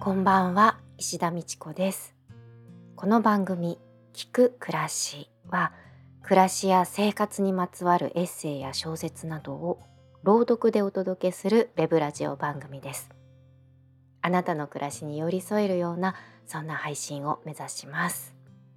こんばんは、石田美智子です。この番組聞く暮らしは、暮らしや生活にまつわるエッセイや小説などを朗読でお届けするウェブラジオ番組です。あなたの暮らしに寄り添えるような、そんな配信を目指します。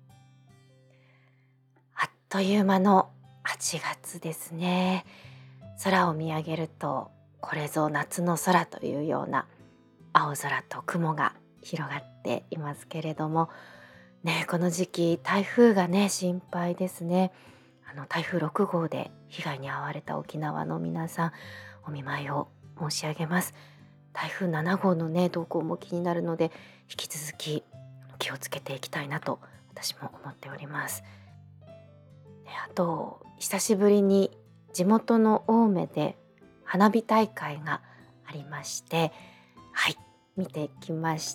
あっという間の8月ですね。空を見上げると、これぞ夏の空というような青空と雲が広がっていますけれどもね、この時期台風がね心配ですね。台風6号で被害に遭われた沖縄の皆さん、お見舞いを申し上げます。台風7号のね動向も気になるので、引き続き気をつけていきたいなと私も思っております。あと久しぶりに地元の青梅で花火大会がありまして、はい、見てきました。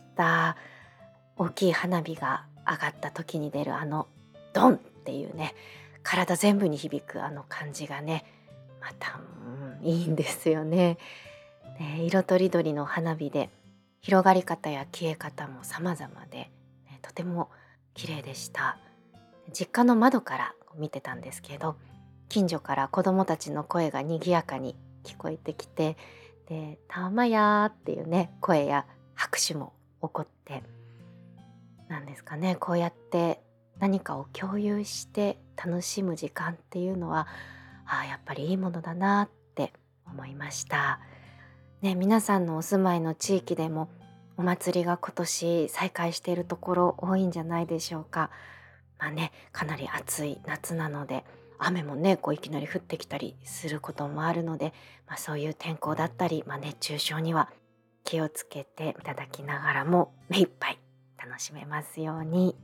大きい花火が上がった時に出るドンっていうね、体全部に響く感じがね、また、いいんですよね。色とりどりの花火で広がり方や消え方も様々で、とても綺麗でした。実家の窓から見てたんですけど、近所から子どもたちの声が賑やかに聞こえてきて、でたまやーっていうね声や拍手も起こって、なんですかね、こうやって何かを共有して楽しむ時間っていうのは、やっぱりいいものだなって思いました。ね、皆さんのお住まいの地域でもお祭りが今年再開しているところ多いんじゃないでしょうか。かなり暑い夏なので、雨もねいきなり降ってきたりすることもあるので、そういう天候だったり、熱中症には気をつけていただきながらも目いっぱい楽しめますように。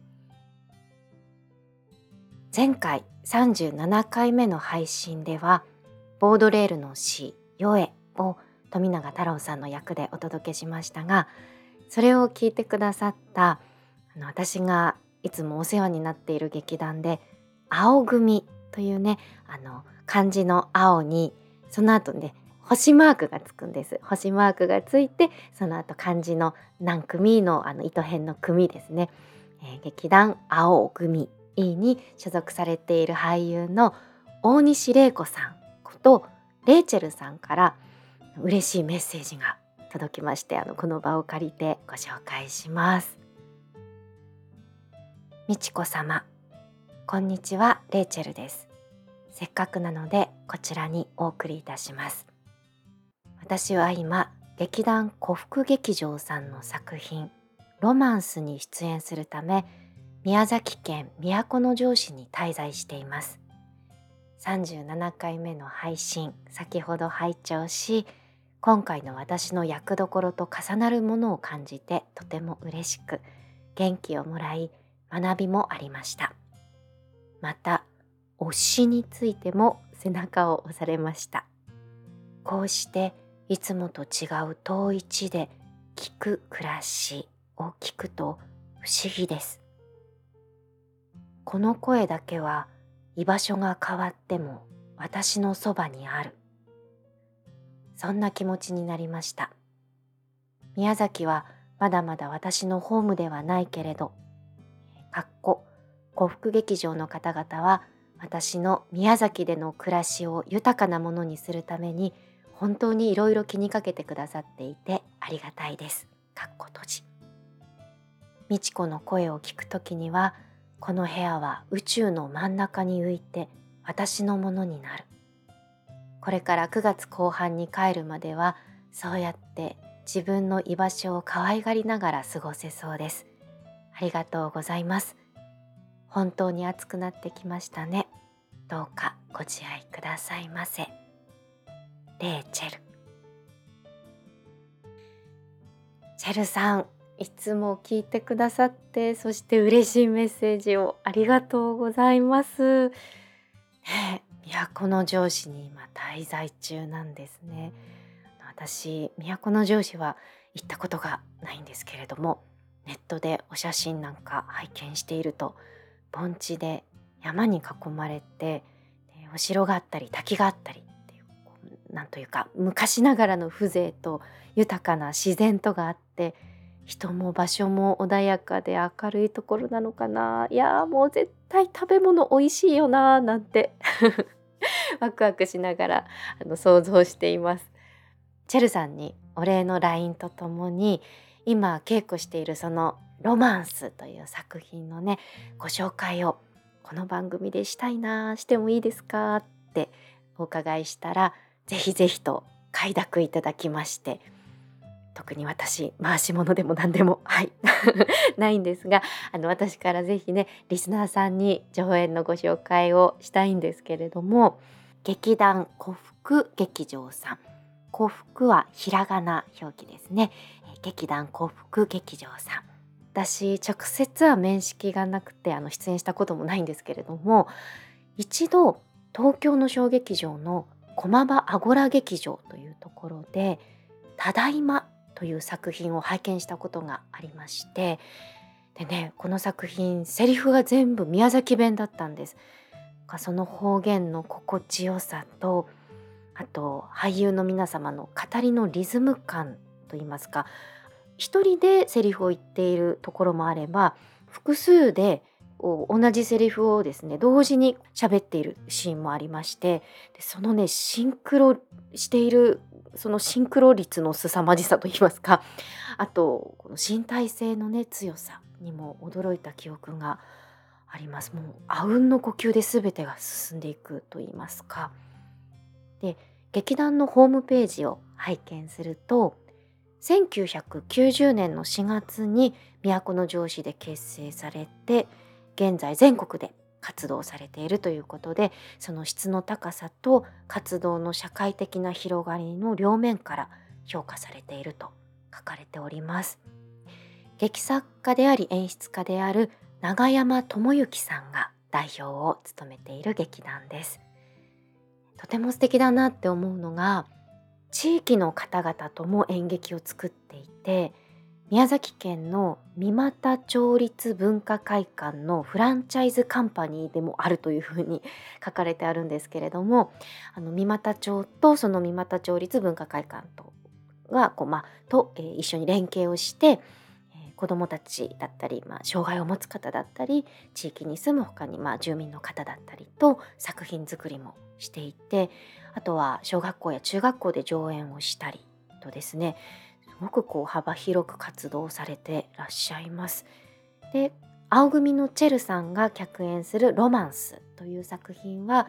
前回37回目の配信では、ボードレールの詩「ヨエ」を富永太郎さんの役でお届けしましたが、それを聞いてくださった私がいつもお世話になっている劇団で、青組というね、漢字の青にその後ね星マークがつくんです。星マークがついて、その後漢字の何組の糸辺の組ですね、劇団青組に所属されている俳優の大西玲子さんことレイチェルさんから嬉しいメッセージが届きまして、この場を借りてご紹介します。美智子様、こんにちは、レイチェルです。せっかくなのでこちらにお送りいたします。私は今劇団古福劇場さんの作品ロマンスに出演するため、宮崎県都城市に滞在しています。37回目の配信、先ほど拝聴し、今回の私の役どころと重なるものを感じてとても嬉しく、元気をもらい学びもありました。また推しについても背中を押されました。こうしていつもと違う遠い地で聞く暮らしを聞くと不思議です。この声だけは居場所が変わっても私のそばにある。そんな気持ちになりました。宮崎はまだまだ私のホームではないけれど、古福劇場の方々は私の宮崎での暮らしを豊かなものにするために本当にいろいろ気にかけてくださっていてありがたいです。閉じ。美智子の声を聞くときには、この部屋は宇宙の真ん中に浮いて私のものになる。これから9月後半に帰るまでは、そうやって自分の居場所を可愛がりながら過ごせそうです。ありがとうございます。本当に暑くなってきましたね。どうかご自愛くださいませ。レイチェル。チェルさん、いつも聞いてくださって、そして嬉しいメッセージをありがとうございます。都城市に今滞在中なんですね。私、都城市は行ったことがないんですけれども、ネットでお写真なんか拝見していると、盆地で山に囲まれて、お城があったり滝があったりっていう、なんというか昔ながらの風情と豊かな自然とがあって、 人も場所も穏やかで明るいところなのかな。いやー、もう絶対食べ物美味しいよなーなんてワクワクしながら想像しています。チェルさんにお礼の LINE とともに、今稽古しているそのロマンスという作品のね、ご紹介をこの番組でしたいな、してもいいですかってお伺いしたら、ぜひぜひと快諾いただきまして、特に私回し物でも何でもはいないんですが、私からぜひねリスナーさんに上演のご紹介をしたいんですけれども、劇団古福劇場さん、古福はひらがな表記ですね。劇団古福劇場さん、私直接は面識がなくて出演したこともないんですけれども、一度東京の小劇場の駒場アゴラ劇場というところでただいまという作品を拝見したことがありまして、でね、この作品セリフが全部宮崎弁だったんです。その方言の心地よさと、あと俳優の皆様の語りのリズム感といいますか、一人でセリフを言っているところもあれば、複数で同じセリフをですね同時に喋っているシーンもありまして、でそのねシンクロしているそのシンクロ率の凄まじさといいますか、あとこの身体性のね強さにも驚いた記憶があります。もうあうんの呼吸で全てが進んでいくといいますか。で、劇団のホームページを拝見すると、1990年の4月に都城市で結成されて、現在全国で活動されているということで、その質の高さと活動の社会的な広がりの両面から評価されていると書かれております。劇作家であり演出家である永山智之さんが代表を務めている劇団です。とても素敵だなって思うのが、地域の方々とも演劇を作っていて、宮崎県の三股町立文化会館のフランチャイズカンパニーでもあるというふうに書かれてあるんですけれども、三股町とその三股町立文化会館とが一緒に連携をして、子どもたちだったり、障害を持つ方だったり、地域に住む他に住民の方だったりと作品作りもしていて、あとは小学校や中学校で上演をしたりとですね、すごく幅広く活動されてらっしゃいます。で、青組のチェルさんが脚演するロマンスという作品は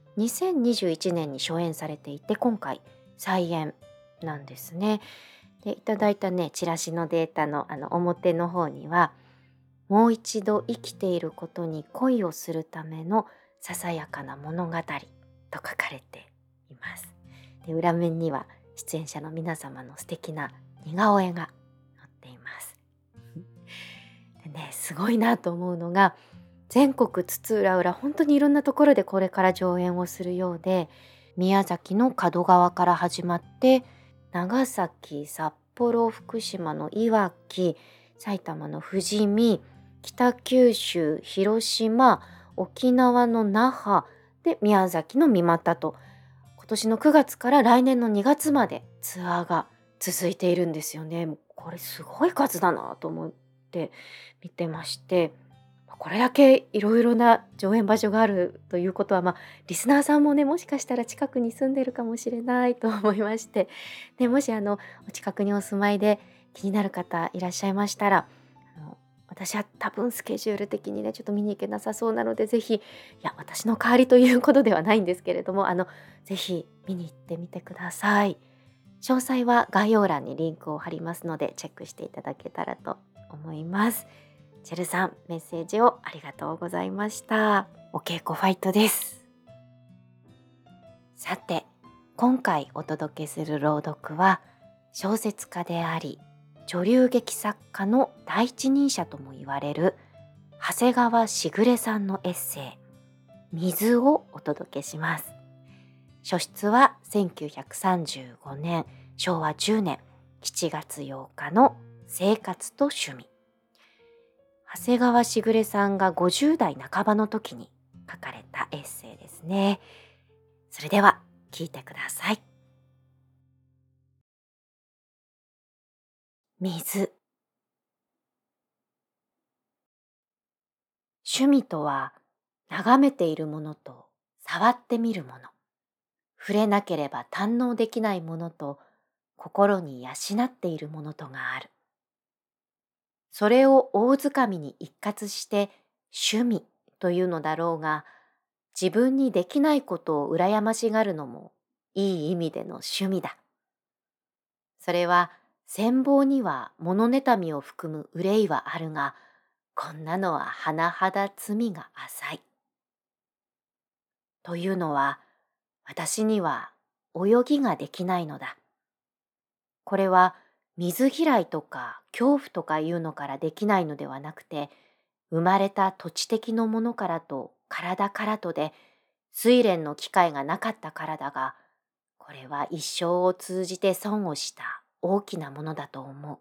2021年に初演されていて、今回再演なんですね。で、いただいたねチラシのデータの表の方には、もう一度生きていることに恋をするためのささやかな物語と書かれています。で、裏面には出演者の皆様の素敵な似顔絵が載っています。でね、すごいなと思うのが、全国津々浦々本当にいろんなところでこれから上演をするようで、宮崎の門川から始まって、長崎、札幌、福島のいわき、埼玉の富士見、北九州、広島、沖縄の那覇で宮崎の三股と、今年の9月から来年の2月までツアーが続いているんですよね。もうこれすごい数だなと思って見てまして、これだけいろいろな上演場所があるということは、リスナーさんもねもしかしたら近くに住んでるかもしれないと思いまして、でもしお近くにお住まいで気になる方いらっしゃいましたら、私は多分スケジュール的にねちょっと見に行けなさそうなので、ぜひ、いや私の代わりということではないんですけれども、ぜひ見に行ってみてください。詳細は概要欄にリンクを貼りますのでチェックしていただけたらと思います。チェルさん、メッセージをありがとうございました。お稽古ファイトです。さて、今回お届けする朗読は、小説家であり女流劇作家の第一人者とも言われる長谷川茂さんのエッセイ水をお届けします。初出は1935年昭和10年7月8日の生活と趣味。長谷川茂さんが50代半ばの時に書かれたエッセイですね。それでは聞いてください。水。 趣味とは、眺めているものと触ってみるもの、触れなければ堪能できないものと心に養っているものとがある。それを大づかみに一括して趣味というのだろうが、自分にできないことを羨ましがるのもいい意味での趣味だ。それは羨望には物妬みを含む憂いはあるが、こんなのは甚だ罪が浅い。というのは、私には泳ぎができないのだ。これは水嫌いとか恐怖とかいうのからできないのではなくて、生まれた土地的のものからと体からとで、睡蓮の機会がなかったからだが、これは一生を通じて損をした大きなものだと思う。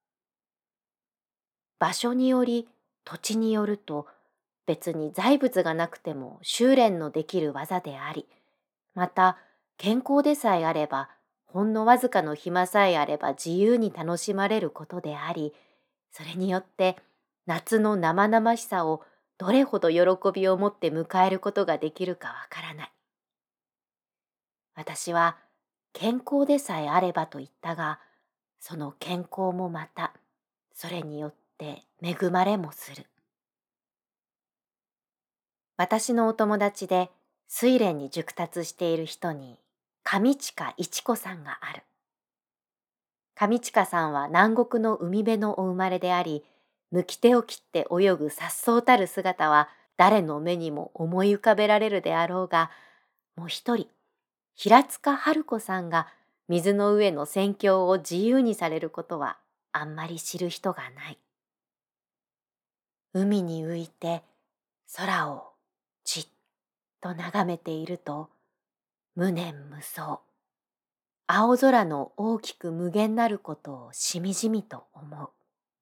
場所により、土地によると、別に財物がなくても修練のできる技であり、また健康でさえあれば、ほんのわずかの暇さえあれば自由に楽しまれることであり、それによって夏の生々しさをどれほど喜びを持って迎えることができるかわからない。私は健康でさえあればと言ったが、その健康もまた、それによって恵まれもする。私のお友達で睡蓮に熟達している人に、上近一子さんがある。上近さんは南国の海辺のお生まれであり、抜き手を切って泳ぐ颯爽たる姿は誰の目にも思い浮かべられるであろうが、もう一人、平塚春子さんが水の上の宣教を自由にされることはあんまり知る人がない。海に浮いて空をじっと眺めていると、無念無想、青空の大きく無限なることをしみじみと思う。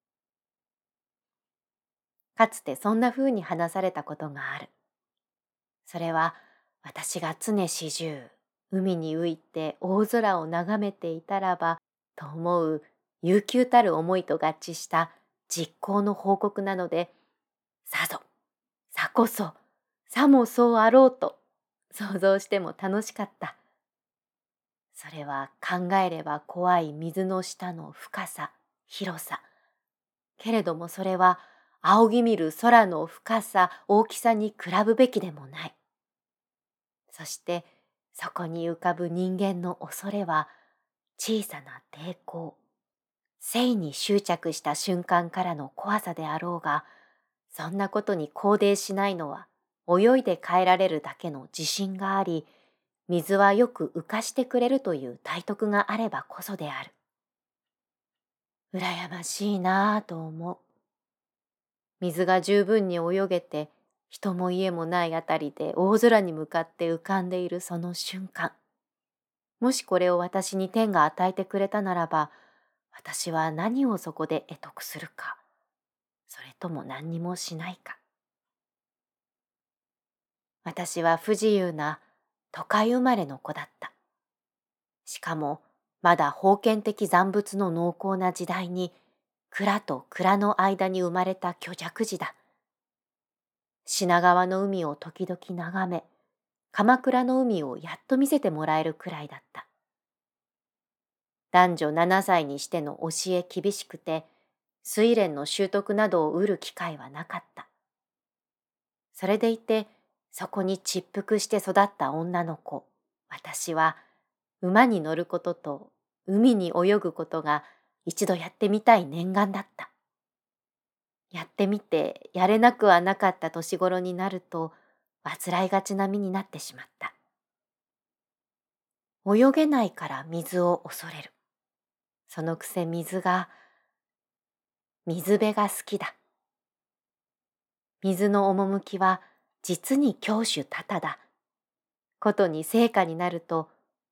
かつてそんな風に話されたことがある。それは私が常始終海に浮いて大空を眺めていたらばと思う悠久たる思いと合致した実行の報告なので、さぞ、さこそ、さもそうあろうと想像しても楽しかった。それは考えれば怖い水の下の深さ、広さ。けれどもそれは仰ぎ見る空の深さ、大きさに比ぶべきでもない。そしてそこに浮かぶ人間の恐れは小さな抵抗、生に執着した瞬間からの怖さであろうが、そんなことに肯定しないのは泳いで帰られるだけの自信があり、水はよく浮かしてくれるという体徳があればこそである。羨ましいなぁと思う。水が十分に泳げて、人も家もないあたりで大空に向かって浮かんでいるその瞬間。もしこれを私に天が与えてくれたならば、私は何をそこで得得するか、それとも何にもしないか。私は不自由な都会生まれの子だった。しかもまだ封建的残物の濃厚な時代に、蔵と蔵の間に生まれた虚弱児だ。品川の海を時々眺め、鎌倉の海をやっと見せてもらえるくらいだった。男女7歳にしての教え厳しくて、睡蓮の習得などを得る機会はなかった。それでいて、そこに窒腹して育った女の子、私は、馬に乗ることと海に泳ぐことが一度やってみたい念願だった。やってみてやれなくはなかった年頃になると、患いがちな身になってしまった。泳げないから水を恐れる。そのくせ水辺が好きだ。水の趣は実に郷愁多々だ。ことに成果になると、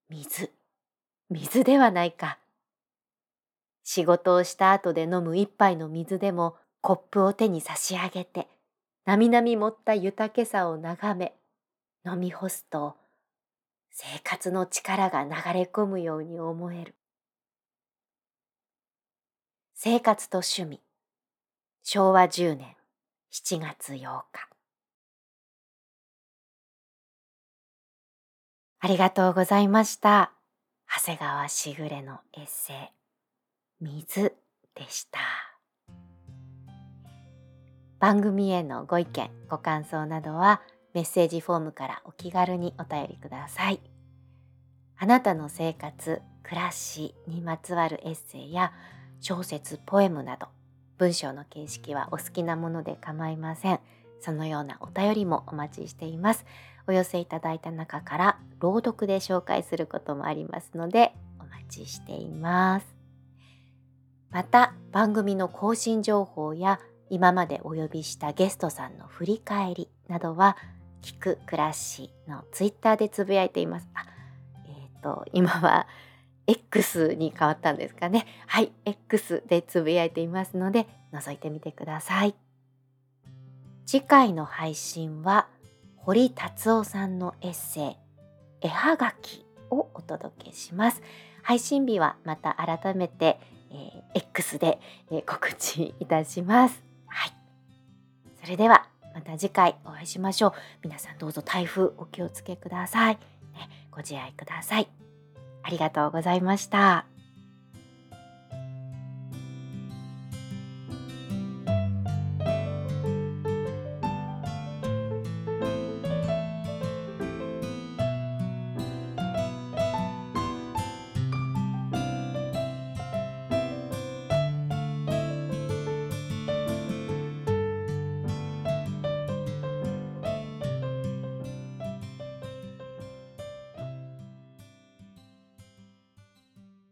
水ではないか。仕事をした後で飲む一杯の水でもコップを手に差し上げて、なみなみ盛った豊けさを眺め、飲み干すと、生活の力が流れ込むように思える。生活と趣味、昭和10年7月8日。 ありがとうございました。長谷川しぐれのエッセイ、水でした。番組へのご意見、ご感想などはメッセージフォームからお気軽にお便りください。あなたの生活、暮らしにまつわるエッセイや小説、ポエムなど、文章の形式はお好きなもので構いません。そのようなお便りもお待ちしています。お寄せいただいた中から朗読で紹介することもありますので、お待ちしています。また、番組の更新情報や今までお呼びしたゲストさんの振り返りなどは、聞く暮らしのツイッターでつぶやいています。今は X に変わったんですかね。はい、X でつぶやいていますので、覗いてみてください。次回の配信は、堀達夫さんのエッセイ、絵はがきをお届けします。配信日はまた改めて、X で、告知いたします。はい。それではまた次回お会いしましょう。皆さんどうぞ台風お気をつけください。ご自愛ください。ありがとうございました。